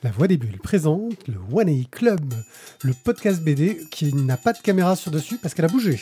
La Voix des Bulles présente le One A Club, le podcast BD qui n'a pas de caméra sur dessus parce qu'elle a bougé.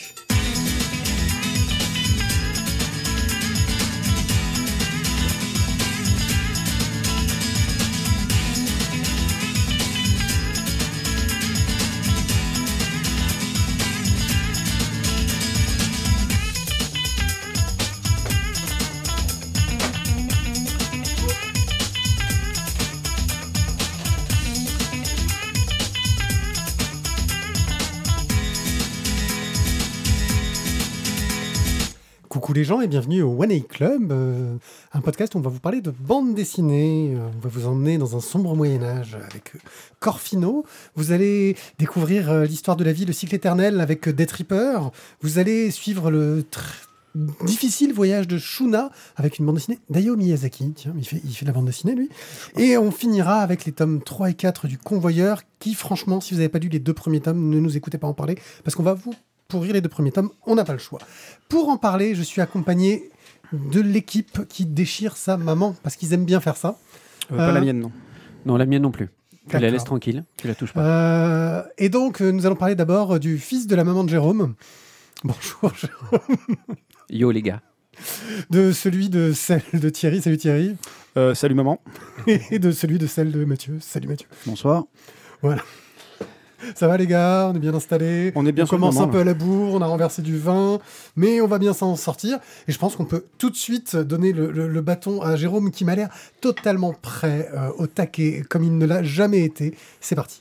Coucou les gens et bienvenue au One A Club, un podcast où on va vous parler de bande dessinée. On va vous emmener dans un sombre Moyen-Âge avec Corfino. Vous allez découvrir l'histoire de la vie, le cycle éternel avec Death Reaper. Vous allez suivre le difficile voyage de Shuna avec une bande dessinée d'Hayao Miyazaki. Tiens, il fait de la bande dessinée lui. Et on finira avec les tomes 3 et 4 du Convoyeur qui, franchement, si vous n'avez pas lu les 2 premiers tomes, ne nous écoutez pas en parler parce qu'on va vous pourrir les 2 premiers tomes, on n'a pas le choix. Pour en parler, je suis accompagné de l'équipe qui déchire sa maman, parce qu'ils aiment bien faire ça. Pas la mienne, non. Non, la mienne non plus. Tu D'accord. la laisses tranquille, tu la touches pas. Et donc, nous allons parler d'abord du fils de la maman de Jérôme. Bonjour Jérôme. Yo les gars. De celui de celle de Thierry. Salut Thierry. Salut maman. Et de celui de celle de Mathieu. Salut Mathieu. Bonsoir. Voilà. Ça va les gars, on est bien installés. On est bien. On commence un peu à la bourre, on a renversé du vin, mais on va bien s'en sortir. Et je pense qu'on peut tout de suite donner le bâton à Jérôme qui m'a l'air totalement prêt, au taquet, comme il ne l'a jamais été. C'est parti.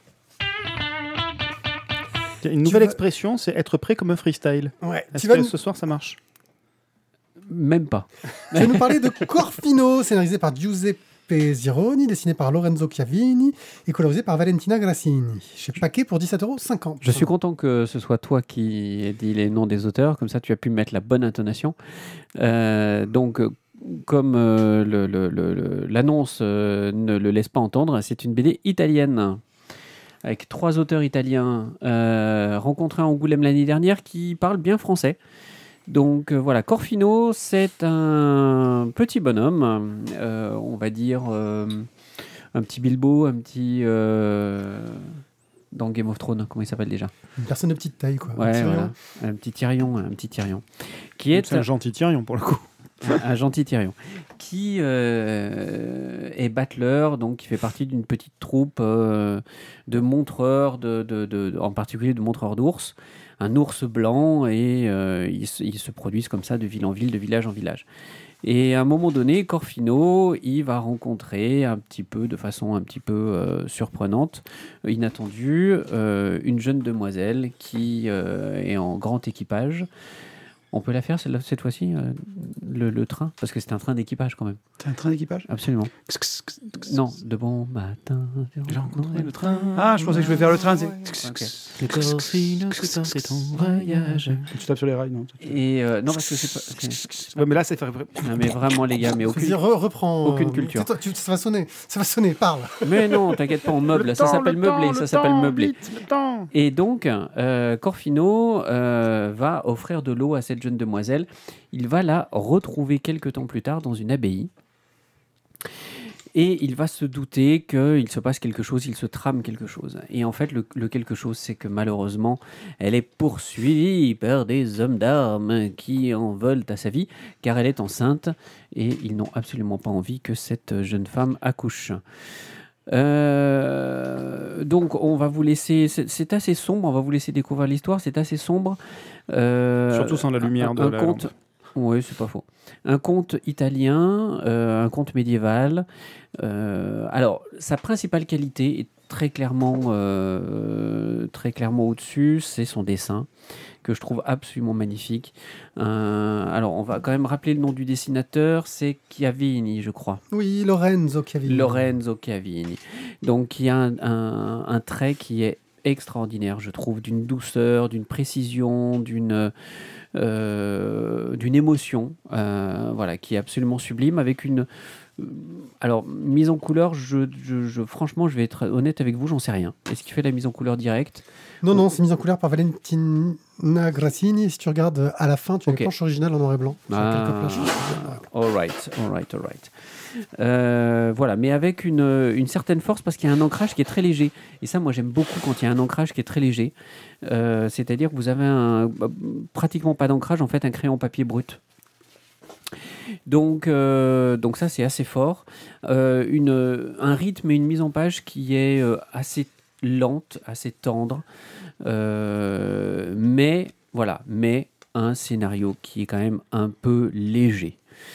Une nouvelle expression, c'est être prêt comme un freestyle. Ouais. Est-ce que ce soir ça marche? Même pas. Tu vas nous parler de Corfino, scénarisé par Giuseppe Zironi, dessiné par Lorenzo Chiavini et colorisé par Valentina Grassini. Chez Paquet pour 17,50 €. Je suis content que ce soit toi qui ai dit les noms des auteurs, comme ça tu as pu mettre la bonne intonation. Donc, comme l'annonce ne le laisse pas entendre, c'est une BD italienne avec 3 auteurs italiens rencontrés à Angoulême l'année dernière qui parlent bien français. Donc voilà, Corfino, c'est un petit bonhomme, on va dire un petit Bilbo, un petit... dans Game of Thrones, comment il s'appelle déjà? Une personne de petite taille, quoi. Ouais, voilà, un petit Tyrion. Qui est un gentil Tyrion pour le coup. Un gentil Tyrion. Qui est battleur, donc qui fait partie d'une petite troupe de montreurs, en particulier de montreurs d'ours. Un ours blanc et ils se produisent comme ça de ville en ville, de village en village. Et à un moment donné, Corfino, il va rencontrer de façon un petit peu surprenante, inattendue, une jeune demoiselle qui est en grand équipage. On peut la faire cette fois-ci, le train, parce que c'est un train d'équipage quand même. C'est un train d'équipage? Absolument. Non, de bon matin. J'ai rencontré le train. Ah, je pensais que je vais faire le train. Le Corfino, c'est ton voyage. Tu tapes sur les rails, non? Et non, parce que c'est pas. Ouais, mais là, c'est Non, mais vraiment, les gars, mais reprends. aucune culture. Ça va sonner, parle. Mais non, t'inquiète pas, on meuble. Ça s'appelle meubler. Et donc, Corfino va offrir de l'eau à cette jeune demoiselle. Il va la retrouver quelque temps plus tard dans une abbaye. Et il va se douter qu'il se passe quelque chose, il se trame quelque chose. Et en fait, le quelque chose, c'est que malheureusement, elle est poursuivie par des hommes d'armes qui en veulent à sa vie, car elle est enceinte et ils n'ont absolument pas envie que cette jeune femme accouche. Donc, on va vous laisser. C'est assez sombre, on va vous laisser découvrir l'histoire, c'est assez sombre. Surtout sans la lumière de la lampe. Oui, c'est pas faux. Un conte italien, un conte médiéval. Alors, sa principale qualité est très clairement au-dessus, c'est son dessin, que je trouve absolument magnifique. Alors, on va quand même rappeler le nom du dessinateur, c'est Chiavini, je crois. Oui, Lorenzo Chiavini. Donc, il y a un trait qui est extraordinaire, je trouve, d'une douceur, d'une précision, d'une émotion, voilà, qui est absolument sublime, avec une Alors, mise en couleur, franchement, je vais être honnête avec vous, j'en sais rien. Est-ce qu'il fait la mise en couleur directe ? Non, c'est mise en couleur par Valentina Grassini. Et si tu regardes à la fin, tu as les planches originales en noir et blanc. Quelques planches. All right. Voilà, mais avec une certaine force parce qu'il y a un ancrage qui est très léger. Et ça, moi, j'aime beaucoup quand il y a un ancrage qui est très léger. C'est-à-dire que vous avez pratiquement pas d'ancrage, en fait, un crayon papier brut. Donc ça, c'est assez fort. Un rythme et une mise en page qui est assez lente, assez tendre. Mais un scénario qui est quand même un peu léger.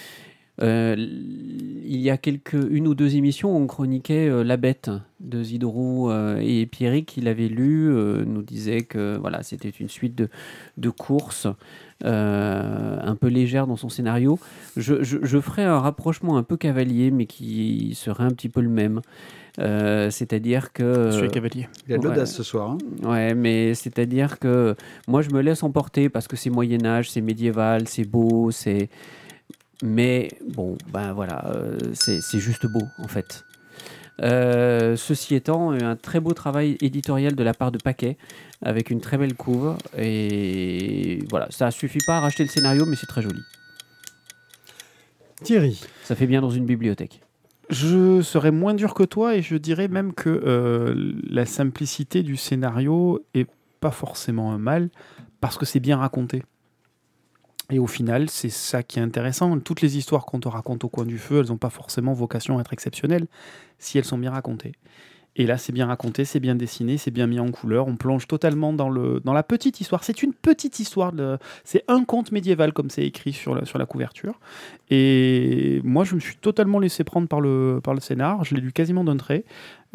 Il y a une ou deux émissions, on chroniquait La Bête de Zidorou et Pierrick, qui l'avait lu, nous disait que voilà, c'était une suite de courses un peu légère dans son scénario. Je ferais un rapprochement un peu Cavalier, mais qui serait un petit peu le même. C'est-à-dire que... Je suis Cavalier. Il a de l'audace ce soir. Hein. Ouais, mais c'est-à-dire que moi, je me laisse emporter parce que c'est Moyen-Âge, c'est médiéval, c'est beau, c'est... Mais bon, ben voilà, c'est juste beau, en fait. Ceci étant, un très beau travail éditorial de la part de Paquet, avec une très belle couve. Et voilà, ça suffit pas à racheter le scénario, mais c'est très joli. Thierry. Ça fait bien dans une bibliothèque. Je serais moins dur que toi et je dirais même que la simplicité du scénario est pas forcément un mal, parce que c'est bien raconté. Et au final, c'est ça qui est intéressant. Toutes les histoires qu'on te raconte au coin du feu, elles n'ont pas forcément vocation à être exceptionnelles si elles sont bien racontées. Et là, c'est bien raconté, c'est bien dessiné, c'est bien mis en couleur. On plonge totalement dans la petite histoire. C'est une petite histoire. C'est un conte médiéval, comme c'est écrit sur la couverture. Et moi, je me suis totalement laissé prendre par le scénar. Je l'ai lu quasiment d'un trait.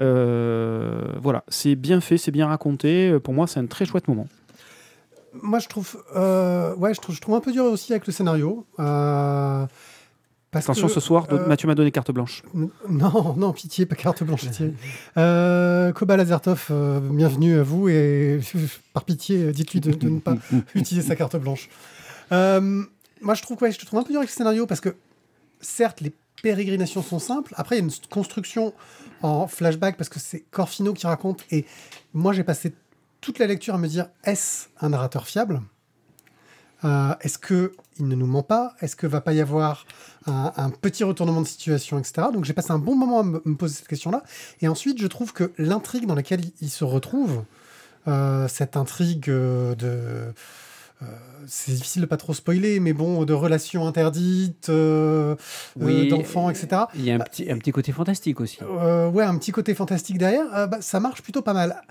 Voilà, c'est bien fait, c'est bien raconté. Pour moi, c'est un très chouette moment. Moi, je trouve un peu dur aussi avec le scénario. Attention, ce soir, Mathieu m'a donné carte blanche. Non, pitié, pas carte blanche, Thierry. Koba Lazertov, bienvenue à vous et par pitié, dites-lui de ne pas utiliser sa carte blanche. Moi, je trouve un peu dur avec le scénario parce que, certes, les pérégrinations sont simples. Après, il y a une construction en flashback parce que c'est Corfino qui raconte. Et moi, j'ai passé toute la lecture à me dire, est-ce un narrateur fiable ? Est-ce qu'il ne nous ment pas ? Est-ce qu'il ne va pas y avoir un petit retournement de situation, etc. Donc j'ai passé un bon moment à me poser cette question-là. Et ensuite, je trouve que l'intrigue dans laquelle il se retrouve, cette intrigue c'est difficile de pas trop spoiler, mais bon, de relations interdites, d'enfants, etc. Il y a un petit côté fantastique aussi. Ouais, un petit côté fantastique derrière. Ça marche plutôt pas mal.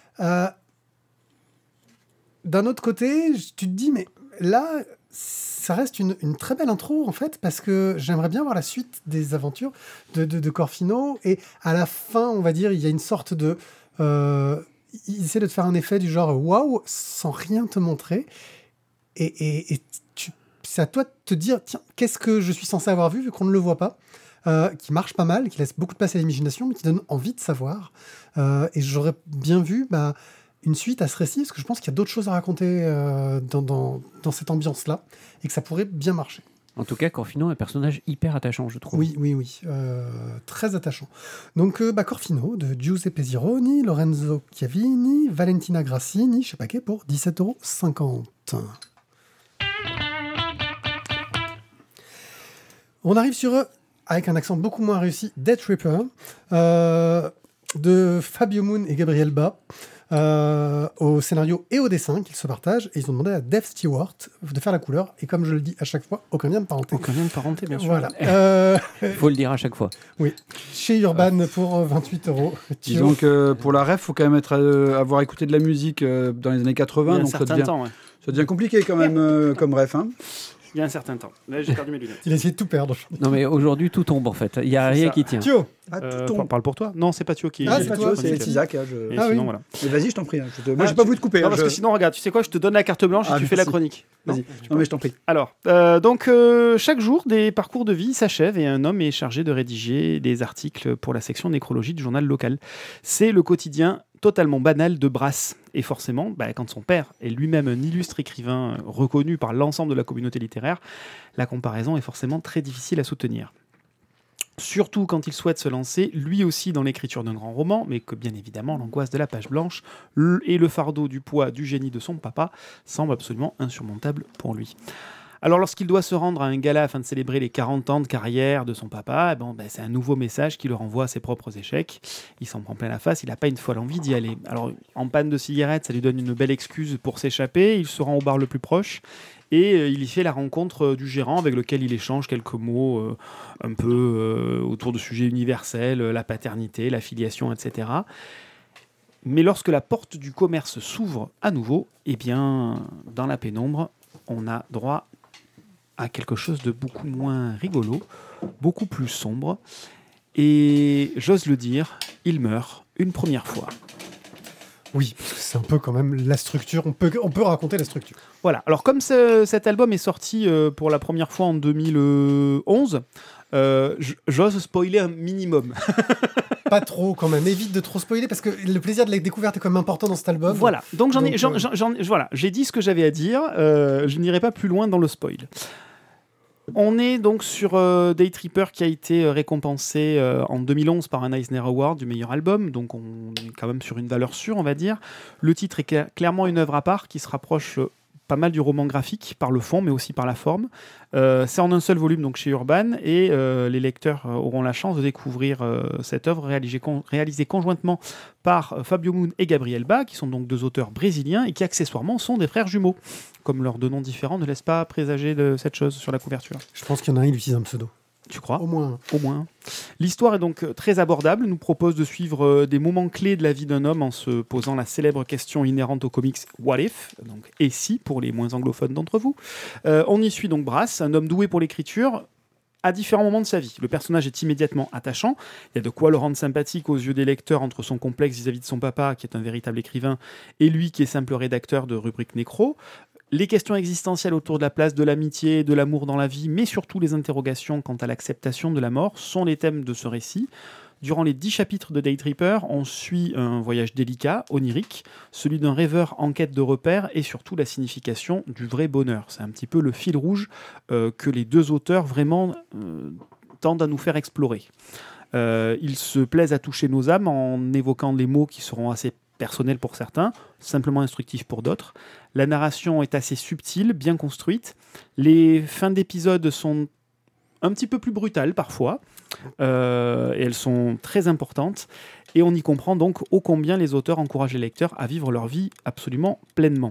D'un autre côté, tu te dis, mais là, ça reste une très belle intro, en fait, parce que j'aimerais bien voir la suite des aventures de Corfino. Et à la fin, on va dire, il y a une sorte de... il essaie de te faire un effet du genre « waouh » sans rien te montrer. Et c'est à toi de te dire « tiens, qu'est-ce que je suis censé avoir vu qu'on ne le voit pas ?» qui marche pas mal, qui laisse beaucoup de place à l'imagination, mais qui donne envie de savoir. Et j'aurais bien vu... une suite à ce récit, parce que je pense qu'il y a d'autres choses à raconter dans cette ambiance-là, et que ça pourrait bien marcher. En tout cas, Corfino est un personnage hyper attachant, je trouve. Oui. Très attachant. Donc, Corfino, de Giuseppe Zironi, Lorenzo Chiavini, Valentina Grassini, chez Paquet, pour 17,50 €. On arrive sur, avec un accent beaucoup moins réussi, Death Reaper, de Fabio Moon et Gabriel Ba, au scénario et au dessin qu'ils se partagent, et ils ont demandé à Dave Stewart de faire la couleur, et comme je le dis à chaque fois, aucun lien de parenté. Aucun lien de parenté, bien sûr. Voilà. Faut le dire à chaque fois. Oui. Chez Urban pour 28 €. Disons que pour la ref, il faut quand même avoir écouté de la musique dans les années 80, donc ça devient compliqué quand même comme ref. Hein. Il y a un certain temps. Là, j'ai perdu mes lunettes. Il a essayé de tout perdre. Non, mais aujourd'hui, tout tombe en fait. Il n'y a rien qui tient. Thio. Parle pour toi. Non, c'est pas Thio qui... c'est pas toi, c'est Isaac. Sinon, voilà. Mais vas-y, je t'en prie. Moi, j'ai pas voulu te couper. Non, parce que sinon, regarde, tu sais quoi, je te donne la carte blanche et tu fais la chronique. Vas-y. Non, mais je t'en prie. Alors, donc, chaque jour, des parcours de vie s'achèvent et un homme est chargé de rédiger des articles pour la section nécrologie du journal local. C'est le quotidien totalement banal de Brasse. Et forcément, quand son père est lui-même un illustre écrivain reconnu par l'ensemble de la communauté littéraire, la comparaison est forcément très difficile à soutenir. surtout quand il souhaite se lancer, lui aussi, dans l'écriture d'un grand roman, mais que bien évidemment, l'angoisse de la page blanche et le fardeau du poids du génie de son papa semblent absolument insurmontables pour lui. Alors, lorsqu'il doit se rendre à un gala afin de célébrer les 40 ans de carrière de son papa, c'est un nouveau message qui le renvoie à ses propres échecs. Il s'en prend plein la face, il n'a pas une folle envie d'y aller. Alors, en panne de cigarette, ça lui donne une belle excuse pour s'échapper. Il se rend au bar le plus proche et il y fait la rencontre du gérant avec lequel il échange quelques mots un peu autour de sujets universels, la paternité, la filiation, etc. Mais lorsque la porte du commerce s'ouvre à nouveau, dans la pénombre, on a droit à quelque chose de beaucoup moins rigolo, beaucoup plus sombre. Et j'ose le dire, il meurt une première fois. Oui, parce que c'est un peu quand même la structure. On peut raconter la structure. Voilà. Alors comme cet album est sorti pour la première fois en 2011, j'ose spoiler un minimum. Pas trop quand même. Évite de trop spoiler parce que le plaisir de la découverte est quand même important dans cet album. Voilà. Donc voilà. J'ai dit ce que j'avais à dire. Je n'irai pas plus loin dans le spoil. On est donc sur Day Tripper qui a été récompensé en 2011 par un Eisner Award du meilleur album, donc on est quand même sur une valeur sûre, on va dire. Le titre est clairement une œuvre à part qui se rapproche pas mal du roman graphique par le fond, mais aussi par la forme. C'est en un seul volume donc chez Urban, et les lecteurs auront la chance de découvrir cette œuvre réalisée conjointement par Fabio Moon et Gabriel Ba, qui sont donc deux auteurs brésiliens et qui accessoirement sont des frères jumeaux. Comme leurs deux noms différents ne laissent pas présager de cette chose sur la couverture. Je pense qu'il y en a un, il utilise un pseudo. Tu crois ? Au moins. L'histoire est donc très abordable, nous propose de suivre des moments clés de la vie d'un homme en se posant la célèbre question inhérente aux comics What If, donc et si pour les moins anglophones d'entre vous. On y suit donc Brass, un homme doué pour l'écriture, à différents moments de sa vie. Le personnage est immédiatement attachant, il y a de quoi le rendre sympathique aux yeux des lecteurs entre son complexe vis-à-vis de son papa, qui est un véritable écrivain, et lui qui est simple rédacteur de rubrique Nécro. Les questions existentielles autour de la place de l'amitié, de l'amour dans la vie, mais surtout les interrogations quant à l'acceptation de la mort sont les thèmes de ce récit. Durant les 10 chapitres de Day Tripper, on suit un voyage délicat, onirique, celui d'un rêveur en quête de repères et surtout la signification du vrai bonheur. C'est un petit peu le fil rouge que les deux auteurs vraiment tendent à nous faire explorer. Ils se plaisent à toucher nos âmes en évoquant les mots qui seront assez personnels pour certains, simplement instructifs pour d'autres. La narration est assez subtile, bien construite. Les fins d'épisodes sont un petit peu plus brutales parfois, et elles sont très importantes. Et on y comprend donc ô combien les auteurs encouragent les lecteurs à vivre leur vie absolument pleinement.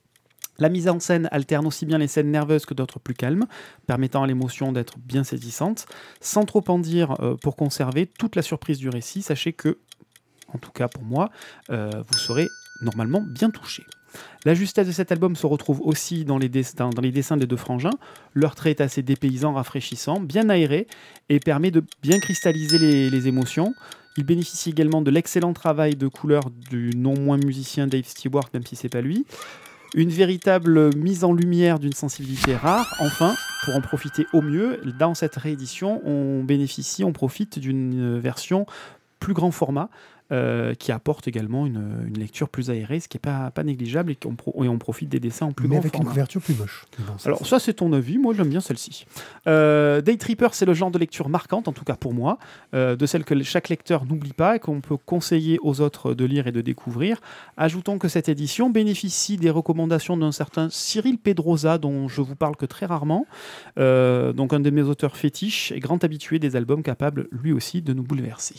La mise en scène alterne aussi bien les scènes nerveuses que d'autres plus calmes, permettant à l'émotion d'être bien saisissante. Sans trop en dire pour conserver toute la surprise du récit, sachez que, en tout cas pour moi, vous serez normalement bien touché. La justesse de cet album se retrouve aussi dans les dessins des deux frangins. Leur trait est assez dépaysant, rafraîchissant, bien aéré et permet de bien cristalliser les émotions. Il bénéficie également de l'excellent travail de couleur du non moins musicien Dave Stewart, même si c'est pas lui. Une véritable mise en lumière d'une sensibilité rare. Enfin, pour en profiter au mieux, dans cette réédition, on profite d'une version plus grand format, qui apporte également une lecture plus aérée, ce qui n'est pas négligeable, et on profite des dessins en plus grand format. Mais avec une couverture plus moche. Alors ça, c'est ton avis, moi j'aime bien celle-ci. Day Tripper, c'est le genre de lecture marquante, en tout cas pour moi, de celle que chaque lecteur n'oublie pas et qu'on peut conseiller aux autres de lire et de découvrir. Ajoutons que cette édition bénéficie des recommandations d'un certain Cyril Pedrosa, dont je vous parle que très rarement, donc un de mes auteurs fétiches et grand habitué des albums capables lui aussi de nous bouleverser.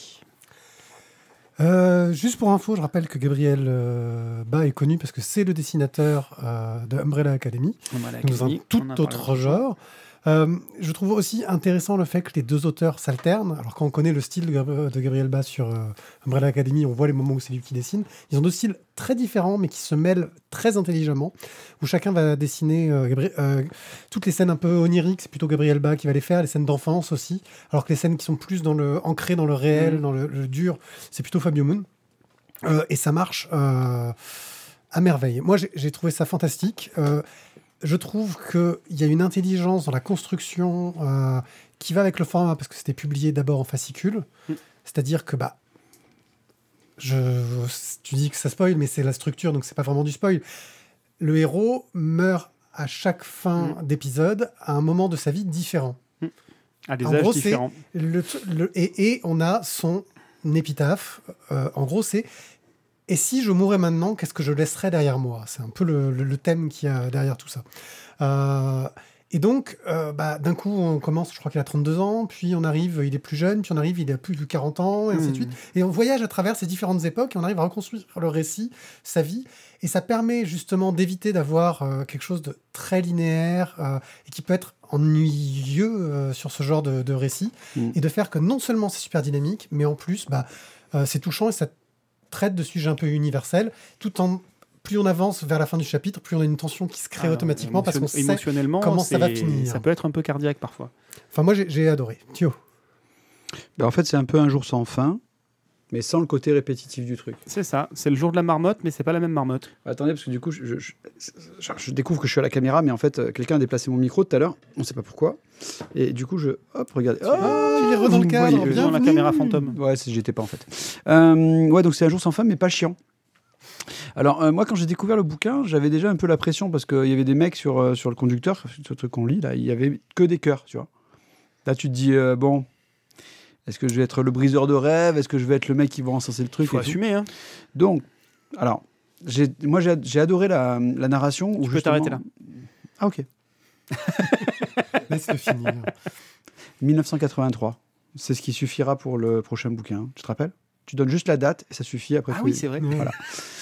Juste pour info, je rappelle que Gabriel Ba est connu parce que c'est le dessinateur de Umbrella Academy, dans un tout autre genre. Je trouve aussi intéressant le fait que les deux auteurs s'alternent. Alors quand on connaît le style de Gabriel Ba sur Umbrella Academy, on voit les moments où c'est lui qui dessine. Ils ont deux styles très différents mais qui se mêlent très intelligemment, où chacun va dessiner toutes les scènes un peu oniriques, c'est plutôt Gabriel Ba qui va les faire, les scènes d'enfance aussi, alors que les scènes qui sont plus ancrées dans le réel, dans le dur, c'est plutôt Fabio Moon. Et ça marche à merveille. Moi j'ai trouvé ça fantastique. Je trouve qu'il y a une intelligence dans la construction qui va avec le format, parce que c'était publié d'abord en fascicule. C'est-à-dire que, tu dis que ça spoil, mais c'est la structure, donc c'est pas vraiment du spoil. Le héros meurt à chaque fin d'épisode à un moment de sa vie différent. À des en âges gros, différents. Et on a son épitaphe. En gros, c'est « Et si je mourais maintenant, qu'est-ce que je laisserais derrière moi ?» C'est un peu le thème qu'il y a derrière tout ça. Et donc, d'un coup, on commence, je crois qu'il a 32 ans, puis on arrive, il est plus jeune, puis on arrive, il a plus de 40 ans, et ainsi de suite. Et on voyage à travers ces différentes époques, et on arrive à reconstruire le récit, sa vie, et ça permet justement d'éviter d'avoir quelque chose de très linéaire, et qui peut être ennuyeux sur ce genre de récit, et de faire que non seulement c'est super dynamique, mais en plus, c'est touchant, et ça traite de sujets un peu universels, tout en... Plus on avance vers la fin du chapitre, plus on a une tension qui se crée automatiquement parce qu'on sait comment ça va finir. Ça peut être un peu cardiaque parfois. Enfin, moi, j'ai adoré. Thio. En fait, c'est un peu Un jour sans fin, mais sans le côté répétitif du truc. C'est ça. C'est le jour de la marmotte, mais c'est pas la même marmotte. Attendez, parce que du coup, je découvre que je suis à la caméra, mais en fait, quelqu'un a déplacé mon micro tout à l'heure. On ne sait pas pourquoi. Et du coup, regardez. Il est dans le cadre. Dans la caméra fantôme. Ouais, j'étais pas en fait. Ouais, donc c'est Un jour sans fin, mais pas chiant. Alors, moi, quand j'ai découvert le bouquin, j'avais déjà un peu la pression parce qu'il y avait des mecs sur le conducteur, ce truc qu'on lit, là, il y avait que des cœurs, tu vois. Là, tu te dis, bon, est-ce que je vais être le briseur de rêves ? Est-ce que je vais être le mec qui va encenser le truc ? Il faut assumer, hein. Donc, alors, j'ai adoré la narration. Tu peux t'arrêter là. Ah, ok. Laisse-le finir. 1983. C'est ce qui suffira pour le prochain bouquin. Tu te rappelles ? Tu donnes juste la date et ça suffit. Après, oui, c'est vrai. Voilà.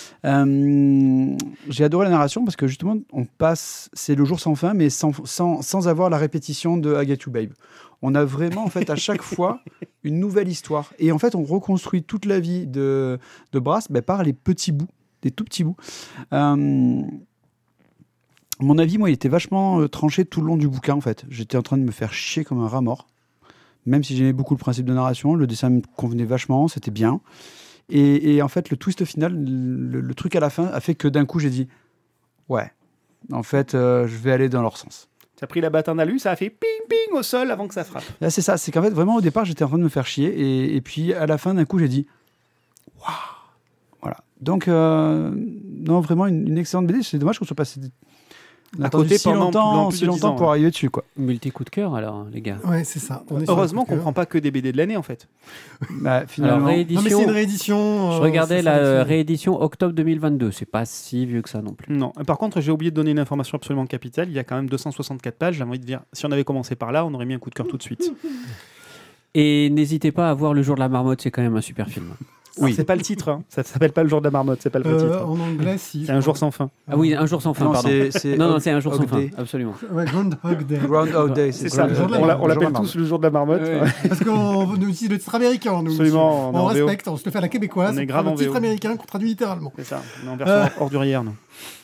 J'ai adoré la narration parce que justement, c'est le jour sans fin, mais sans avoir la répétition de I Get You Babe. On a vraiment, en fait, à chaque fois, une nouvelle histoire. Et en fait, on reconstruit toute la vie de Brass par les petits bouts, des tout petits bouts. Mon avis, moi, il était vachement tranché tout le long du bouquin, en fait. J'étais en train de me faire chier comme un rat mort. Même si j'aimais beaucoup le principe de narration, le dessin me convenait vachement, c'était bien. Et en fait, le twist final, le truc à la fin, a fait que d'un coup, j'ai dit « Ouais, en fait, je vais aller dans leur sens. » Tu as pris la batte en alu, ça a fait ping-ping au sol avant que ça frappe. Là, c'est ça, c'est qu'en fait, vraiment, au départ, j'étais en train de me faire chier. Et puis, à la fin, d'un coup, j'ai dit « Waouh !» Voilà. Donc, non, vraiment, une excellente BD. C'est dommage qu'on soit passé... On a attendu si longtemps pour arriver dessus, quoi. Multi-coup de cœur, alors, les gars. Ouais, c'est ça. Heureusement qu'on ne prend pas que des BD de l'année, en fait. Finalement... Alors, réédition... Non, mais c'est une réédition... Je regardais la réédition octobre 2022. C'est pas si vieux que ça non plus. Non. Par contre, j'ai oublié de donner une information absolument capitale. Il y a quand même 264 pages. J'ai envie de dire, si on avait commencé par là, on aurait mis un coup de cœur tout de suite. Et n'hésitez pas à voir Le jour de la marmotte. C'est quand même un super film. Oui. C'est pas le titre, hein. Ça s'appelle pas Le jour de la marmotte, c'est pas le vrai titre. En anglais, si. C'est Un jour sans fin. Ah oui, Un jour sans fin, non, pardon. Non, c'est Un jour sans fin, Day. Absolument. Ouais, Groundhog Day. Groundhog Day, c'est ça. On l'appelle tous Le jour de la marmotte. Ouais. Parce qu'on utilise le titre américain, nous. Absolument. On respecte, on se le fait à la québécoise. On est grave en le titre VO. américain qu'on traduit littéralement. C'est ça. On est en version ordurière, nous.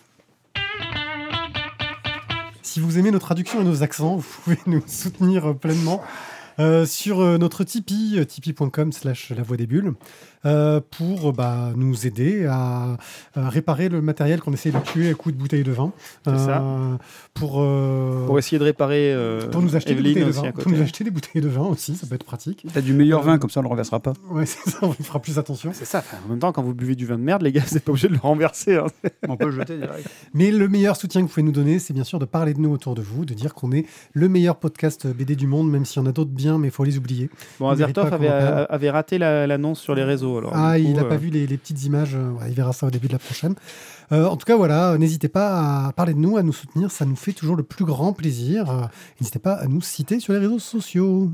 Si vous aimez nos traductions et nos accents, vous pouvez nous soutenir pleinement sur notre Tipeee, tipeee.com/La Voix des Bulles, pour nous aider à réparer le matériel qu'on essaie de tuer à coups de bouteilles de vin. C'est ça. Pour essayer de réparer pour nous acheter Evelyne des bouteilles de aussi vin. à côté. Pour nous acheter des bouteilles de vin aussi, ça peut être pratique. T'as du meilleur vin, comme ça on le renversera pas. Ouais, c'est ça, on y fera plus attention. C'est ça. En même temps, quand vous buvez du vin de merde, les gars, vous n'êtes pas obligé de le renverser. Hein. On peut le jeter direct. Mais le meilleur soutien que vous pouvez nous donner, c'est bien sûr de parler de nous autour de vous, de dire qu'on est le meilleur podcast BD du monde, même s'il y en a d'autres bien, mais il faut les oublier. Bon, Azertov avait raté l'annonce sur les réseaux. Alors, il n'a pas vu les petites images. Il verra ça au début de la prochaine. En tout cas, voilà, n'hésitez pas à parler de nous, à nous soutenir. Ça nous fait toujours le plus grand plaisir. N'hésitez pas à nous citer sur les réseaux sociaux.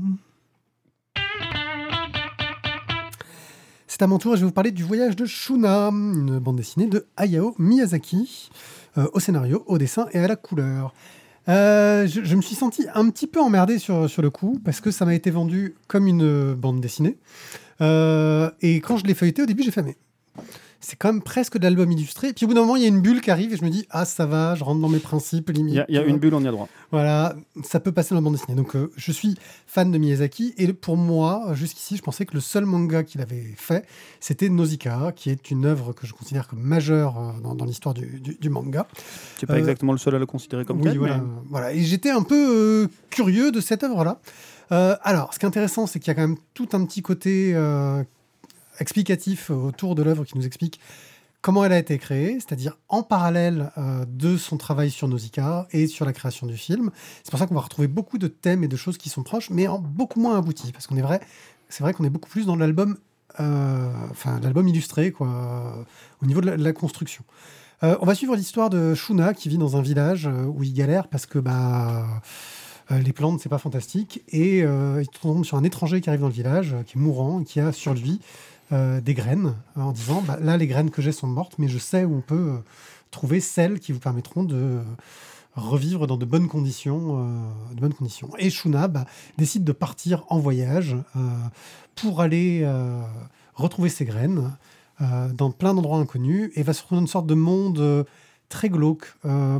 C'est à mon tour. Je vais vous parler du Voyage de Shuna, une bande dessinée de Hayao Miyazaki, au scénario, au dessin et à la couleur. Je me suis senti un petit peu emmerdé sur le coup, parce que ça m'a été vendu comme une bande dessinée. Et quand je l'ai feuilleté, au début, j'ai fait mais c'est quand même presque de l'album illustré. Et puis au bout d'un moment, il y a une bulle qui arrive et je me dis ah ça va, je rentre dans mes principes limite. Il y a une bulle, on y a droit. Voilà, ça peut passer dans la bande dessinée. Donc je suis fan de Miyazaki et pour moi, jusqu'ici, je pensais que le seul manga qu'il avait fait, c'était Nausicaa, qui est une œuvre que je considère comme majeure dans l'histoire du manga. C'est pas exactement le seul à le considérer comme tel. Voilà, mais... voilà. Et j'étais un peu curieux de cette œuvre-là. Alors, ce qui est intéressant, c'est qu'il y a quand même tout un petit côté explicatif autour de l'œuvre qui nous explique comment elle a été créée, c'est-à-dire en parallèle de son travail sur Nausicaa et sur la création du film. C'est pour ça qu'on va retrouver beaucoup de thèmes et de choses qui sont proches, mais en beaucoup moins aboutis, parce c'est vrai qu'on est beaucoup plus dans l'album, l'album illustré, quoi, au niveau de la construction. On va suivre l'histoire de Shuna qui vit dans un village où il galère parce que les plantes, c'est pas fantastique, et il tombe sur un étranger qui arrive dans le village, qui est mourant, et qui a sur lui des graines, en disant là les graines que j'ai sont mortes, mais je sais où on peut trouver celles qui vous permettront de revivre dans de bonnes conditions. Et Shuna décide de partir en voyage pour aller retrouver ces graines dans plein d'endroits inconnus, et va se retrouver dans une sorte de monde très glauque,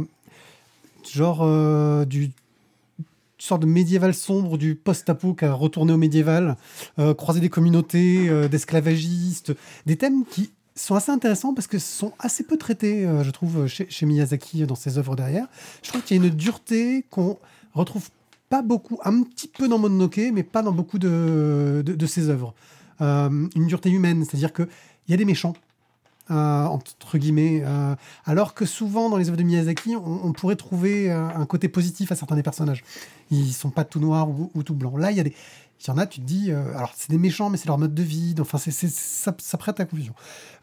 une sorte de médiéval sombre, du post-apo qui a retourné au médiéval, croiser des communautés d'esclavagistes, des thèmes qui sont assez intéressants parce que sont assez peu traités, je trouve, chez Miyazaki dans ses œuvres derrière. Je trouve qu'il y a une dureté qu'on retrouve pas beaucoup, un petit peu dans Mononoke, mais pas dans beaucoup de ses œuvres. Une dureté humaine, c'est-à-dire qu'il y a des méchants, entre guillemets, alors que souvent dans les œuvres de Miyazaki, on pourrait trouver un côté positif à certains des personnages. Ils sont pas tout noirs ou tout blancs. Là, il y en a, tu te dis, alors c'est des méchants, mais c'est leur mode de vie. Enfin, ça prête à confusion.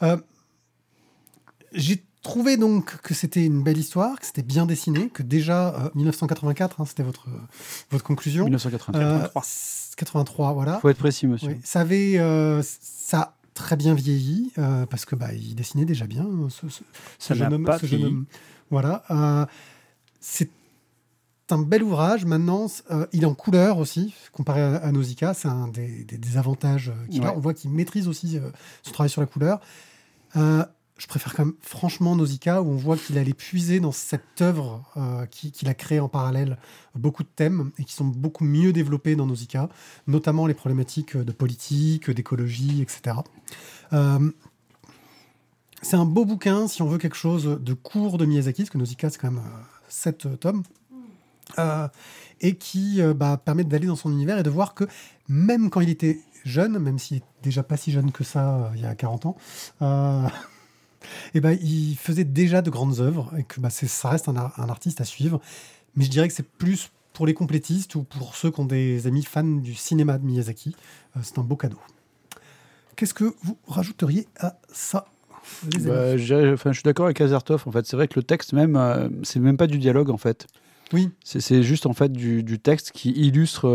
J'ai trouvé donc que c'était une belle histoire, que c'était bien dessiné, que déjà 1984, c'était votre conclusion. 1983. 83, voilà. Faut être précis, monsieur. Oui, ça avait ça très bien vieilli parce que il dessinait déjà bien ce jeune homme. Voilà, c'est un bel ouvrage. Maintenant, il est en couleur aussi comparé à Nausicaa. C'est un des avantages qu'il a. On voit qu'il maîtrise aussi son travail sur la couleur. Je préfère quand même franchement Nausicaa, où on voit qu'il allait puiser dans cette œuvre qu'il a créée en parallèle beaucoup de thèmes et qui sont beaucoup mieux développés dans Nausicaa, notamment les problématiques de politique, d'écologie, etc. C'est un beau bouquin si on veut quelque chose de court de Miyazaki, parce que Nausicaa c'est quand même 7 tomes, et qui permet d'aller dans son univers et de voir que même quand il était jeune, même s'il est déjà pas si jeune que ça il y a 40 ans, il faisait déjà de grandes œuvres et que ça reste un artiste à suivre. Mais je dirais que c'est plus pour les complétistes ou pour ceux qui ont des amis fans du cinéma de Miyazaki. C'est un beau cadeau. Qu'est-ce que vous rajouteriez à ça, les amis ? Je suis d'accord avec Azertov. En fait, c'est vrai que le texte même, c'est même pas du dialogue en fait. Oui. C'est juste en fait du texte qui illustre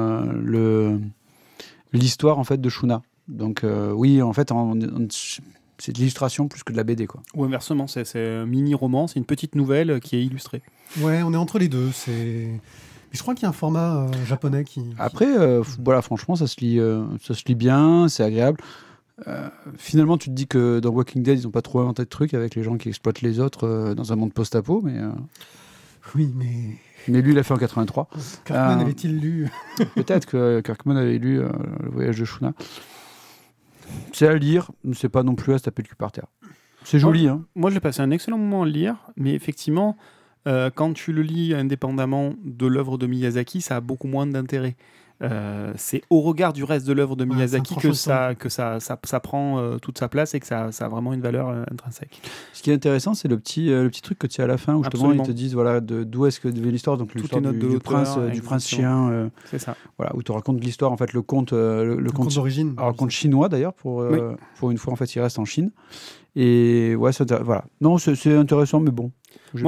l'histoire en fait de Shuna. Donc oui, en fait, c'est de l'illustration plus que de la BD, quoi. Ou inversement, c'est un mini-roman, c'est une petite nouvelle qui est illustrée. Ouais, on est entre les deux. Mais je crois qu'il y a un format japonais qui... Après, voilà, franchement, ça se lit bien, c'est agréable. Finalement, tu te dis que dans Walking Dead, ils n'ont pas trop inventé de trucs avec les gens qui exploitent les autres dans un monde post-apo, mais... Oui, mais... Mais lui, il l'a fait en 83. Kirkman avait-il lu Peut-être que Kirkman avait lu Le Voyage de Shuna. C'est à lire, mais c'est pas non plus à se taper le cul par terre. C'est joli, hein. Moi, j'ai passé un excellent moment à le lire, mais effectivement, quand tu le lis indépendamment de l'œuvre de Miyazaki, ça a beaucoup moins d'intérêt. C'est au regard du reste de l'œuvre de Miyazaki que ça prend toute sa place et que ça a vraiment une valeur intrinsèque. Ce qui est intéressant, c'est le petit truc que tu as à la fin où justement ils te disent d'où est-ce que devait l'histoire, donc l'histoire du prince chien. C'est ça. Voilà, où tu racontes l'histoire, en fait, le conte d'origine. Alors, le conte chinois d'ailleurs, pour une fois, en fait, il reste en Chine. Et ouais, voilà. Non, c'est intéressant, mais bon.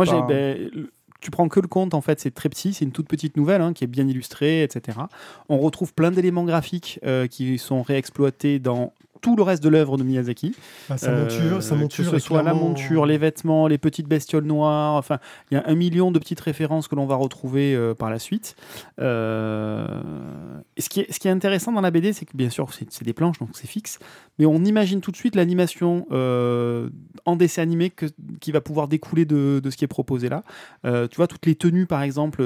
Tu prends que le conte, en fait, c'est très petit, c'est une toute petite nouvelle qui est bien illustrée, etc. On retrouve plein d'éléments graphiques qui sont réexploités dans tout le reste de l'œuvre de Miyazaki. Sa monture, que ce soit la monture, les vêtements, les petites bestioles noires, enfin, il y a 1 million de petites références que l'on va retrouver par la suite. Et ce qui est intéressant dans la BD, c'est que bien sûr, c'est des planches, donc c'est fixe, mais on imagine tout de suite l'animation en dessin animé qui va pouvoir découler de ce qui est proposé là. Tu vois, toutes les tenues, par exemple,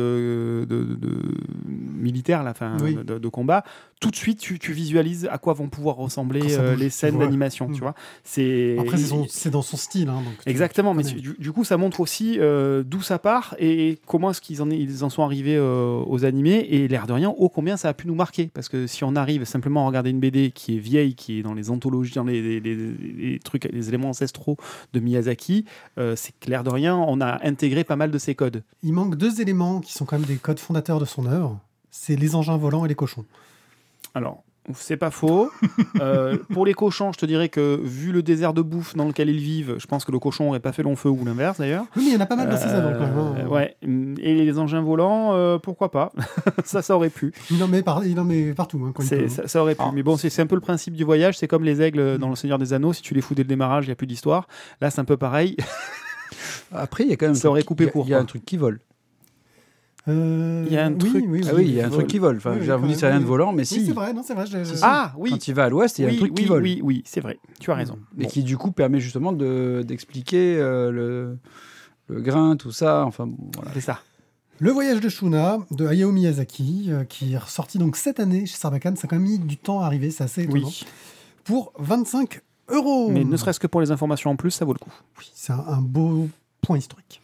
militaires, de combat, tout de suite, tu visualises à quoi vont pouvoir ressembler bouge, les scènes ouais. d'animation, tu vois. C'est... Après, c'est dans son style. Hein, donc Exactement, mais connais. du coup, ça montre aussi d'où ça part et comment est-ce ils en sont arrivés aux animés et l'air de rien, ô combien ça a pu nous marquer. Parce que si on arrive simplement à regarder une BD qui est vieille, qui est dans les anthologies, dans les trucs, les éléments ancestraux de Miyazaki, c'est que l'air de rien, on a intégré pas mal de ces codes. Il manque 2 éléments qui sont quand même des codes fondateurs de son œuvre. C'est les engins volants et les cochons. Alors, c'est pas faux. Pour les cochons, je te dirais que vu le désert de bouffe dans lequel ils vivent, je pense que le cochon n'aurait pas fait long feu ou l'inverse d'ailleurs. Oui, mais il y en a pas mal dans ses œuvres quand même. Hein. Ouais. Et les engins volants, pourquoi pas. ça aurait pu. Il en met partout. Hein, quand il peut, hein. Ça aurait pu. Mais bon, c'est un peu le principe du voyage. C'est comme les aigles dans Le Seigneur des Anneaux. Si tu les fous dès le démarrage, il n'y a plus d'histoire. Là, c'est un peu pareil. Après, il y a quand même Ça aurait coupé court, Il y a quoi. un truc qui vole. Il y a un truc. Oui, Ah oui, il y a un truc qui vole. Enfin, Oui, je veux dire, quand vous dites c'est même, rien oui. de volant, mais Oui, si. c'est vrai. Non, c'est vrai. Ah oui. Quand il va à l'ouest, il y a un truc qui vole. Oui, c'est vrai. Tu as raison. Et Bon. qui du coup permet justement d'expliquer le grain, tout ça. Enfin, bon, voilà. C'est ça. Le voyage de Shuna de Hayao Miyazaki, qui est ressorti donc cette année chez Sarbacane. Ça a quand même mis du temps à arriver. C'est assez étonnant. Oui. Pour 25 €. Mais ne serait-ce que pour les informations en plus, ça vaut le coup. Oui, c'est un beau point historique.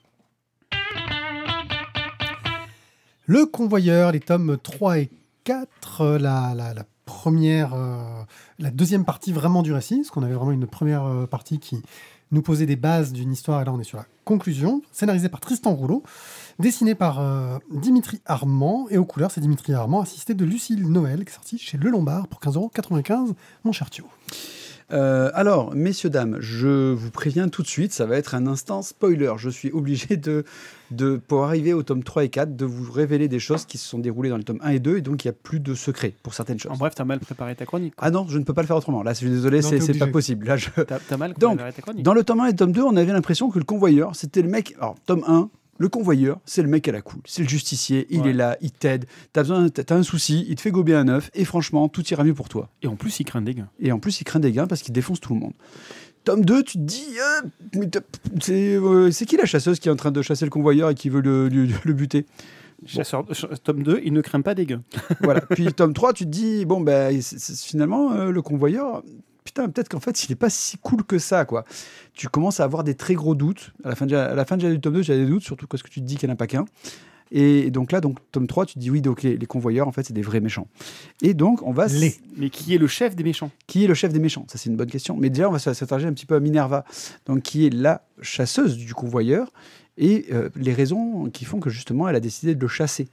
Le Convoyeur, les tomes 3 et 4, la première, la deuxième partie vraiment du récit, parce qu'on avait vraiment une première partie qui nous posait des bases d'une histoire, et là on est sur la conclusion, scénarisé par Tristan Rouleau, dessiné par Dimitri Armand, et aux couleurs c'est Dimitri Armand, assisté de Lucille Noël, qui est sorti chez Le Lombard pour 15,95 €, mon cher Thio. Alors, messieurs, dames, je vous préviens tout de suite, ça va être un instant spoiler. Je suis obligé pour arriver au tome 3 et 4, de vous révéler des choses qui se sont déroulées dans les tomes 1 et 2, et donc il n'y a plus de secret pour certaines choses. En bref, t'as mal préparé ta chronique. quoi. Ah non, je ne peux pas le faire autrement. Là, je suis désolé, Non, c'est t'es pas obligé. possible. Là, T'as mal Donc, préparé ta chronique. Dans le tome 1 et le tome 2, on avait l'impression que le convoyeur, c'était le mec... Alors, tome 1, le convoyeur, c'est le mec à la cool. C'est le justicier, il est là, il t'aide. T'as un souci, il te fait gober un œuf, et franchement, tout ira mieux pour toi. Et en plus, il craint des gains. Et en plus, il craint des gains parce qu'il défonce tout le monde. Tome 2, tu te dis, mais c'est qui la chasseuse qui est en train de chasser le convoyeur et qui veut le buter? Tome 2, il ne craint pas des gains. Voilà. Puis tome 3, tu te dis, bon, ben, finalement, le convoyeur, putain, peut-être qu'en fait, il n'est pas si cool que ça, quoi. Tu commences à avoir des très gros doutes. À la fin du tome 2, j'avais des doutes, surtout parce que tu te dis qu'il n'y en a pas qu'un. Et donc là, tome 3, tu te dis, oui, donc les convoyeurs, en fait, c'est des vrais méchants. Et donc, on va... Mais qui est le chef des méchants? Qui est le chef des méchants? Ça, c'est une bonne question. Mais déjà, on va s'attarder un petit peu à Minerva, donc, qui est la chasseuse du convoyeur, et les raisons qui font que, justement, elle a décidé de le chasser.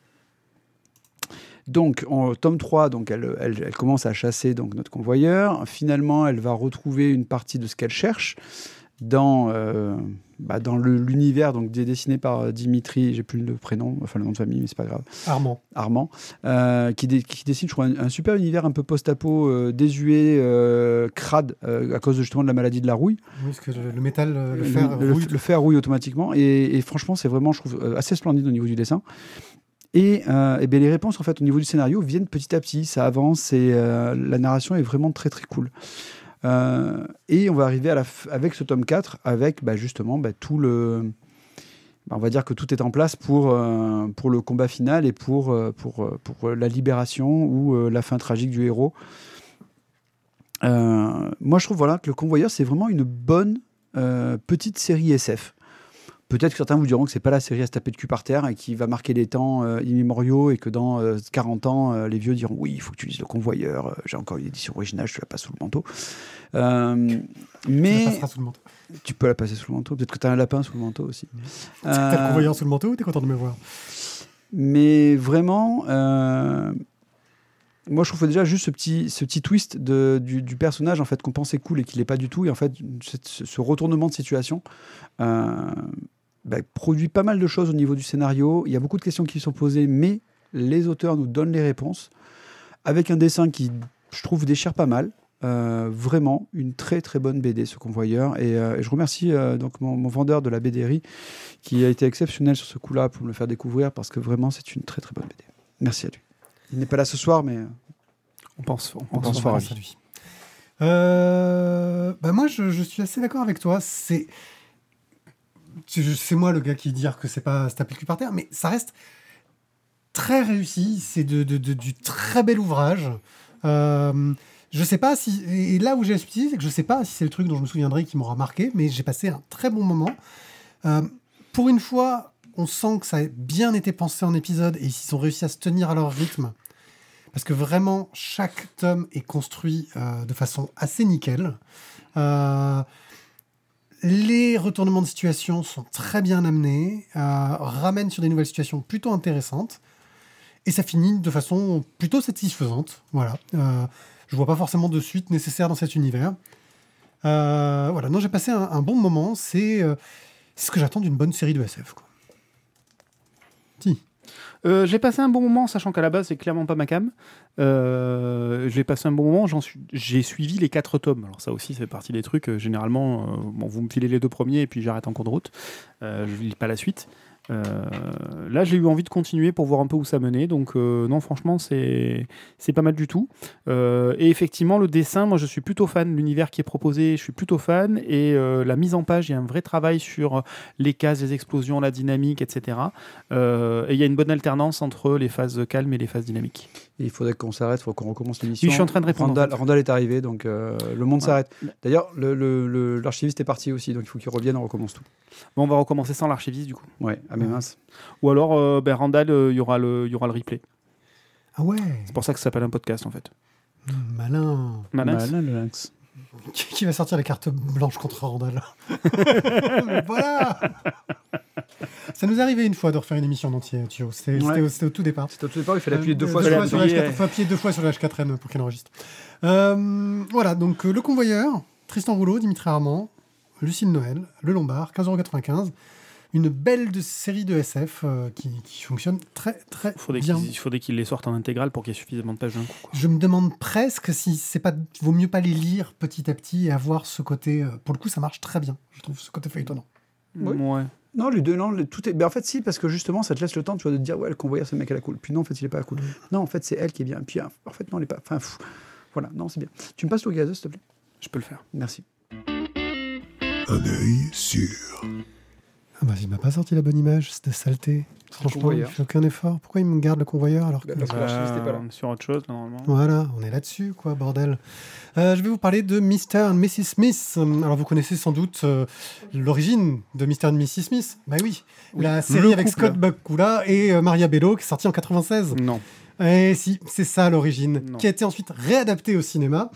Donc, en tome 3, donc, elle commence à chasser donc, notre convoyeur. Finalement, elle va retrouver une partie de ce qu'elle cherche dans l'univers donc, dessiné par Dimitri, j'ai plus le prénom, enfin le nom de famille, mais c'est pas grave. Armand, qui dessine, je crois, un super univers un peu post-apo, désuet, crade, à cause justement de la maladie de la rouille. Oui, parce que le métal, le fer rouille. Le fer rouille automatiquement. Et franchement, c'est vraiment, je trouve, assez splendide au niveau du dessin. Et les réponses, en fait, au niveau du scénario, viennent petit à petit. Ça avance et la narration est vraiment très, très cool. Et on va arriver avec ce tome 4, avec justement tout le... on va dire que tout est en place pour le combat final et pour la libération ou la fin tragique du héros. Moi, je trouve que le Convoyeur, c'est vraiment une bonne petite série SF. Peut-être que certains vous diront que c'est pas la série à se taper de cul par terre et qui va marquer les temps immémoriaux et que dans 40 ans, les vieux diront oui, il faut que tu lises Le Convoyeur, j'ai encore une édition originale, je te la passe sous le manteau. Mais Ça passera sous le manteau. tu peux la passer sous le manteau, peut-être que tu as un lapin sous le manteau aussi. T'as le Convoyeur sous le manteau ou t'es content de me voir? Mais vraiment, moi je trouve déjà juste ce petit twist du personnage en fait, qu'on pensait cool et qu'il n'est pas du tout, et en fait ce retournement de situation produit pas mal de choses au niveau du scénario. Il y a beaucoup de questions qui sont posées, mais les auteurs nous donnent les réponses avec un dessin qui, je trouve, déchire pas mal. Vraiment une très très bonne BD, ce Convoyeur, et je remercie donc mon vendeur de la BDerie qui a été exceptionnel sur ce coup-là pour me le faire découvrir, parce que vraiment c'est une très très bonne BD. Merci à lui. Il n'est pas là ce soir, mais On pense fort à lui. Moi je suis assez d'accord avec toi. C'est moi le gars qui dit que c'est pas se taper le cul par terre, mais ça reste très réussi. C'est du très bel ouvrage. Je sais pas si... Et là où j'ai la subtilité, c'est que je sais pas si c'est le truc dont je me souviendrai qui m'aura marqué, mais j'ai passé un très bon moment. Pour une fois, on sent que ça a bien été pensé en épisode et ils ont réussi à se tenir à leur rythme. Parce que vraiment, chaque tome est construit de façon assez nickel. Les retournements de situation sont très bien amenés, ramènent sur des nouvelles situations plutôt intéressantes. Et ça finit de façon plutôt satisfaisante. Voilà. Je vois pas forcément de suite nécessaire dans cet univers. Voilà. Non, j'ai passé un bon moment. C'est ce que j'attends d'une bonne série de SF, quoi. Si. J'ai passé un bon moment, sachant qu'à la base, c'est clairement pas ma cam. J'ai passé un bon moment, j'ai suivi les 4 tomes. Alors ça aussi, ça fait partie des trucs. Généralement, vous me filez les 2 premiers et puis j'arrête en cours de route. Je lis pas la suite. Là, j'ai eu envie de continuer pour voir un peu où ça menait. Donc, non, franchement, c'est pas mal du tout. Et effectivement, le dessin, moi, je suis plutôt fan. L'univers qui est proposé, je suis plutôt fan. Et la mise en page, il y a un vrai travail sur les cases, les explosions, la dynamique, etc. Et il y a une bonne alternance entre les phases calmes et les phases dynamiques. Et il faudrait qu'on s'arrête, il faut qu'on recommence l'émission. Oui, je suis en train de répondre. Randall est arrivé, donc le monde s'arrête. D'ailleurs, l'archiviste est parti aussi, donc il faut qu'il revienne, on recommence tout. Bon, on va recommencer sans l'archiviste, du coup. Ouais, mais mince. Ou alors, Randall, il y aura le replay. Ah ouais. C'est pour ça que ça s'appelle un podcast, en fait. Malin. Malin, le lynx. Qui va sortir la carte blanche contre Randall? Mais voilà. Ça nous est arrivé une fois de refaire une émission en entier, Thio. C'était au tout départ. C'était au tout départ, il fallait appuyer 2 fois sur sur la H4. Il faut appuyer 2 fois sur la H4N pour qu'elle enregistre. Voilà, donc Le Convoyeur, Tristan Rouleau, Dimitri Armand, Lucille Noël, Le Lombard, 15,95 €. Une belle série de SF qui fonctionne très très bien. Il faudrait qu'ils les sortent en intégrale pour qu'il y ait suffisamment de pages d'un coup, quoi. Je me demande presque si c'est pas vaut mieux pas les lire petit à petit et avoir ce côté. Pour le coup, ça marche très bien. Je trouve ce côté feuilletonnant. Oui. Ouais. Non, les deux, non, tout est. Ben, en fait, si, parce que justement, ça te laisse le temps, tu vois, de te dire, ouais, le convoyeur, c'est le mec à la cool. Puis non, en fait, il est pas à la cool. Non, en fait, c'est elle qui est bien. Puis en fait, non, elle est pas. Enfin, voilà, non, c'est bien. Tu me passes au gazeux, s'il te plaît? Je peux le faire. Merci. Un œil sûr. Ah bah, il m'a pas sorti la bonne image, c'était saleté. Franchement, il Convoyeur. fait aucun effort. Pourquoi il me garde le convoyeur alors que... Parce que l'archiviste n'est pas là. Sur autre chose, normalement. Voilà, on est là-dessus, quoi, bordel. Je vais vous parler de Mr. and Mrs. Smith. Alors, vous connaissez sans doute l'origine de Mr. and Mrs. Smith. Bah oui, la série avec couple. Scott Bakula et Maria Bello, qui est sortie en 96. Non. Et si, c'est ça l'origine, Non. qui a été ensuite réadaptée au cinéma,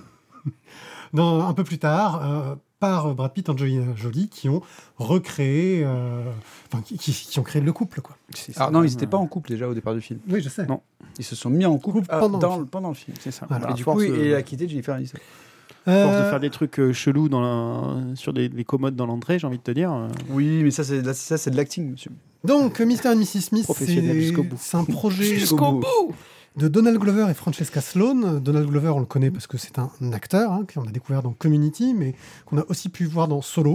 un peu plus tard, par Brad Pitt et Angelina Jolie, qui ont recréé, qui ont créé le couple, quoi. Alors non, ils n'étaient pas en couple déjà au départ du film. Oui, je sais. Non. Ils se sont mis en couple pendant le film. C'est ça. Voilà. Et du coup, il a quitté Jennifer Aniston. À force de faire des trucs chelous sur des commodes dans l'entrée, j'ai envie de te dire. Oui, mais ça, c'est de l'acting, monsieur. Donc, Mr. and Mrs. Smith, Professionnel jusqu'au bout. c'est un projet Jusqu'au bout. de Donald Glover et Francesca Sloane. Donald Glover, on le connaît parce que c'est un acteur qu'on a découvert dans Community, mais qu'on a aussi pu voir dans Solo,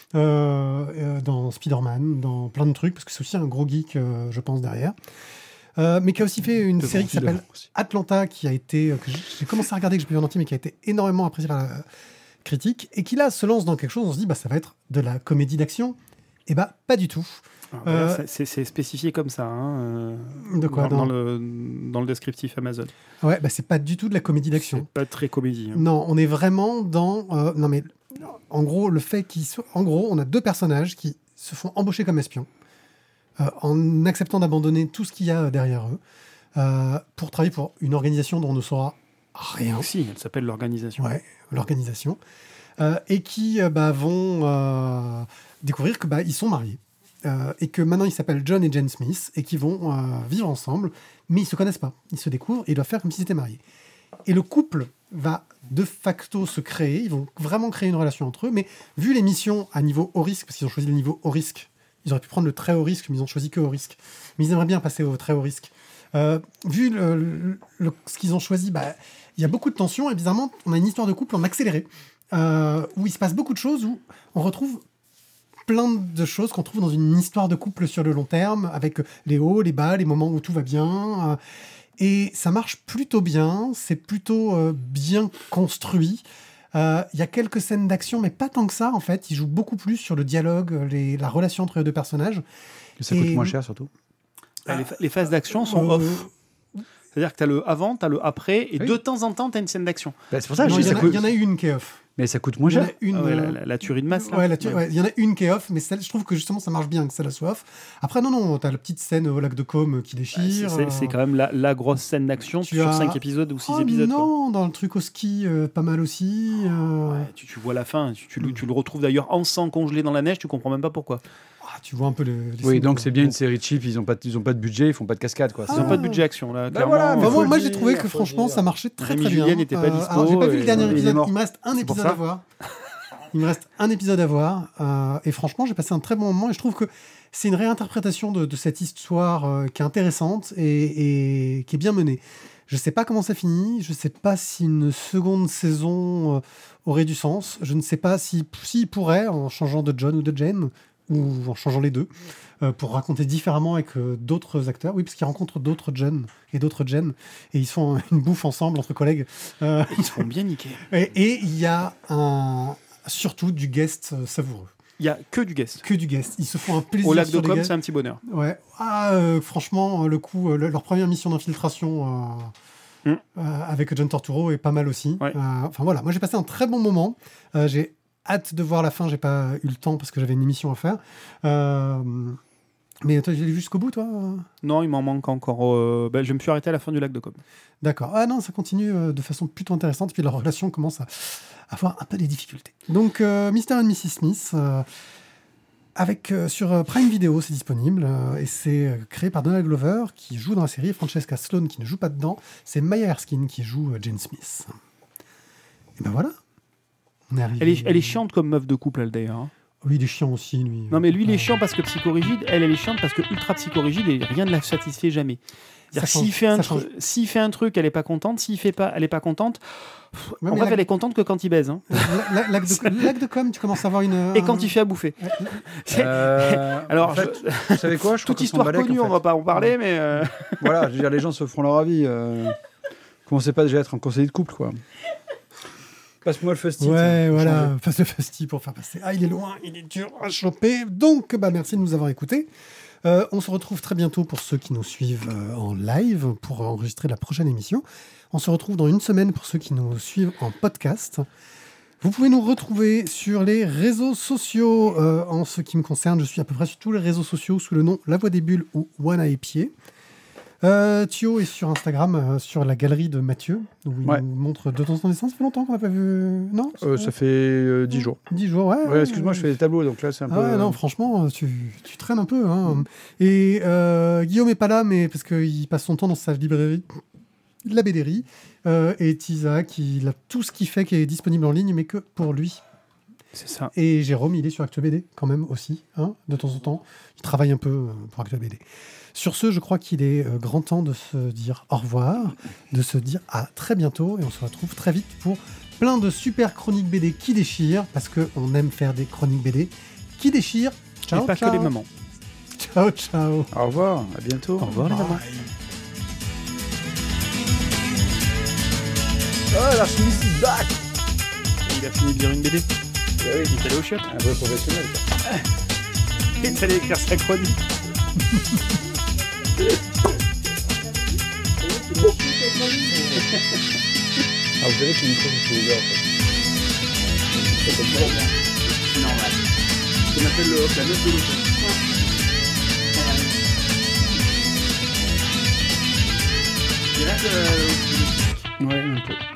dans Spider-Man, dans plein de trucs, parce que c'est aussi un gros geek, je pense, derrière. Mais qui a aussi fait une série qui s'appelle Atlanta, qui a été, que j'ai commencé à regarder, que j'ai pas vu en entier, mais qui a été énormément appréciée par la critique, et qui là se lance dans quelque chose, on se dit, bah, ça va être de la comédie d'action. Et bah, pas du tout. C'est spécifié comme ça. Hein, De quoi, dans le descriptif Amazon. Ouais, bah, c'est pas du tout de la comédie d'action. C'est pas très comédie. Hein. Non, on est vraiment dans... non, mais en gros, on a 2 personnages qui se font embaucher comme espions en acceptant d'abandonner tout ce qu'il y a derrière eux pour travailler pour une organisation dont on ne saura rien. Si, elle s'appelle l'organisation. Ouais, l'organisation. Et qui vont découvrir que ils sont mariés. Et que maintenant ils s'appellent John et Jane Smith et qui vont vivre ensemble, mais ils se connaissent pas. Ils se découvrent et ils doivent faire comme s'ils étaient mariés. Et le couple va de facto se créer, ils vont vraiment créer une relation entre eux, mais vu les missions à niveau haut risque, parce qu'ils ont choisi le niveau haut risque, ils auraient pu prendre le très haut risque, mais ils ont choisi que haut risque. Mais ils aimeraient bien passer au très haut risque. Vu ce qu'ils ont choisi, il y a beaucoup de tensions et bizarrement, on a une histoire de couple en accéléré, où il se passe beaucoup de choses, où on retrouve plein de choses qu'on trouve dans une histoire de couple sur le long terme, avec les hauts, les bas, les moments où tout va bien. Et ça marche plutôt bien, c'est plutôt bien construit. Il y a quelques scènes d'action, mais pas tant que ça, en fait. Ils jouent beaucoup plus sur le dialogue, la relation entre les 2 personnages. Ça coûte moins cher, surtout. Les phases d'action sont off. C'est-à-dire que tu as le avant, tu as le après, et Oui. de temps en temps, tu as une scène d'action. Bah, c'est pour ça que Non, je il dis y, ça en a- coûte... il y en a une qui est off. Mais ça coûte moins Il y en cher. a une. Ah ouais, la tuerie de masse, là. Ouais, il y en a une qui est off, mais celle, je trouve que justement ça marche bien que celle-là soit off. Après, non, t'as la petite scène au lac de Côme qui déchire. C'est quand même la grosse scène d'action Tu sur as- 5 épisodes ou 6 Oh épisodes. quoi. non, dans le truc au ski, pas mal aussi. Ouais, tu vois la fin, tu le retrouves d'ailleurs en sang congelé dans la neige, tu comprends même pas pourquoi. Tu vois un peu les Oui, signes, donc quoi. c'est bien Bon. une série cheap, ils ont pas de budget, ils font pas de cascade, quoi. Ils Ah. n'ont pas de budget action là. Bah clairement. voilà, mais Enfin, faut moi, le j'ai trouvé dire, que faut le franchement dire. ça marchait très Rémi très Julien bien. n'était pas dispo, alors j'ai pas vu le dernier il est épisode, mort. il me reste un C'est épisode pour ça. à voir. Il me reste un épisode à voir et franchement j'ai passé un très bon moment et je trouve que c'est une réinterprétation de cette histoire qui est intéressante et qui est bien menée. Je sais pas comment ça finit, je sais pas si une seconde saison aurait du sens, je ne sais pas s'il pourrait en changeant de John ou de Jane ou en changeant les deux pour raconter différemment avec d'autres acteurs. Oui, parce qu'ils rencontrent d'autres John et d'autres Jen et ils font une bouffe ensemble entre collègues. Ils se font bien niquer. Et il y a surtout du guest savoureux. Il y a que du guest. Que du guest. Ils se font un plaisir Au lac de sur les Com, guests. c'est un petit bonheur. Ouais. Franchement, le coup, leur première mission d'infiltration avec John Torturo est pas mal aussi. Ouais. Enfin voilà, moi j'ai passé un très bon moment. J'ai hâte de voir la fin. J'ai pas eu le temps parce que j'avais une émission à faire. Mais toi, j'ai vu jusqu'au bout, toi Non, il m'en manque encore. Je me suis arrêté à la fin du lac de Com. D'accord. Ah non, ça continue de façon plutôt intéressante. Puis leur relation commence à avoir un peu des difficultés. Donc, Mr. and Mrs. Smith, sur Prime Video, c'est disponible. Et c'est créé par Donald Glover, qui joue dans la série, Francesca Sloane, qui ne joue pas dedans. C'est Maya Erskine qui joue Jane Smith. Et ben voilà. On est arrivé. Elle est chiante comme meuf de couple, elle, d'ailleurs. hein. Oui, il est chiant aussi, lui. Non, mais lui, il est chiant parce que psychorigide. Elle est chiante parce que ultra psychorigide et rien ne la satisfait jamais. Ça C'est-à-dire, change, s'il fait un truc, elle est pas contente. S'il fait pas, elle est pas contente. Ouais, En mais bref, elle est contente que quand il baise. hein. Lac de Com, tu commences à avoir une... Et quand il fait à bouffer. Alors, en fait, vous savez quoi, je crois toute qu'on s'en histoire balèque, connue, en on fait. va pas en parler, mais... Voilà, je veux dire, les gens se feront leur avis. Commencez pas déjà à être un conseiller de couple, quoi. Passe-moi le fusty. Ouais, tiens, voilà, changer. passe le fasti pour faire passer. Ah, il est loin, il est dur à choper. Donc, merci de nous avoir écoutés. On se retrouve très bientôt pour ceux qui nous suivent en live pour enregistrer la prochaine émission. On se retrouve dans une semaine pour ceux qui nous suivent en podcast. Vous pouvez nous retrouver sur les réseaux sociaux. En ce qui me concerne, je suis à peu près sur tous les réseaux sociaux sous le nom La Voix des Bulles ou One Eye Pied. Thio est sur Instagram, sur la galerie de Mathieu, où il Ouais. nous montre de temps en temps des dessins. Ça fait longtemps qu'on n'a pas vu. Non Ça fait 10 jours. 10 jours, ouais. Ouais, excuse-moi, je fais des tableaux, donc là, c'est un Ah peu... ouais, non, franchement, tu traînes un peu. Hein. Et Guillaume est pas là, mais parce qu'il passe son temps dans sa librairie, la BDerie. Et Isaac, il a tout ce qu'il fait qui est disponible en ligne, mais que pour lui. C'est ça. Et Jérôme, il est sur ActuBD quand même aussi, hein, de temps en temps. Il travaille un peu pour ActuBD. Sur ce, je crois qu'il est grand temps de se dire au revoir, de se dire à très bientôt, et on se retrouve très vite pour plein de super chroniques BD qui déchirent, parce qu'on aime faire des chroniques BD qui déchirent. Ciao, Et pas ciao. que les mamans. Ciao, ciao. Au revoir, à bientôt. Au revoir, les mamans. Oh, la chemise is back. Il a fini de lire une BD. Oui, Il est allé au chiottes. un vrai professionnel. quoi. Il est allé écrire sa chronique. Ah, vous savez que le micro, c'est ouvert, en fait. C'est comme ça. C'est normal. On appelle le hop, la note de l'auto. Je dirais que... Ouais, un peu.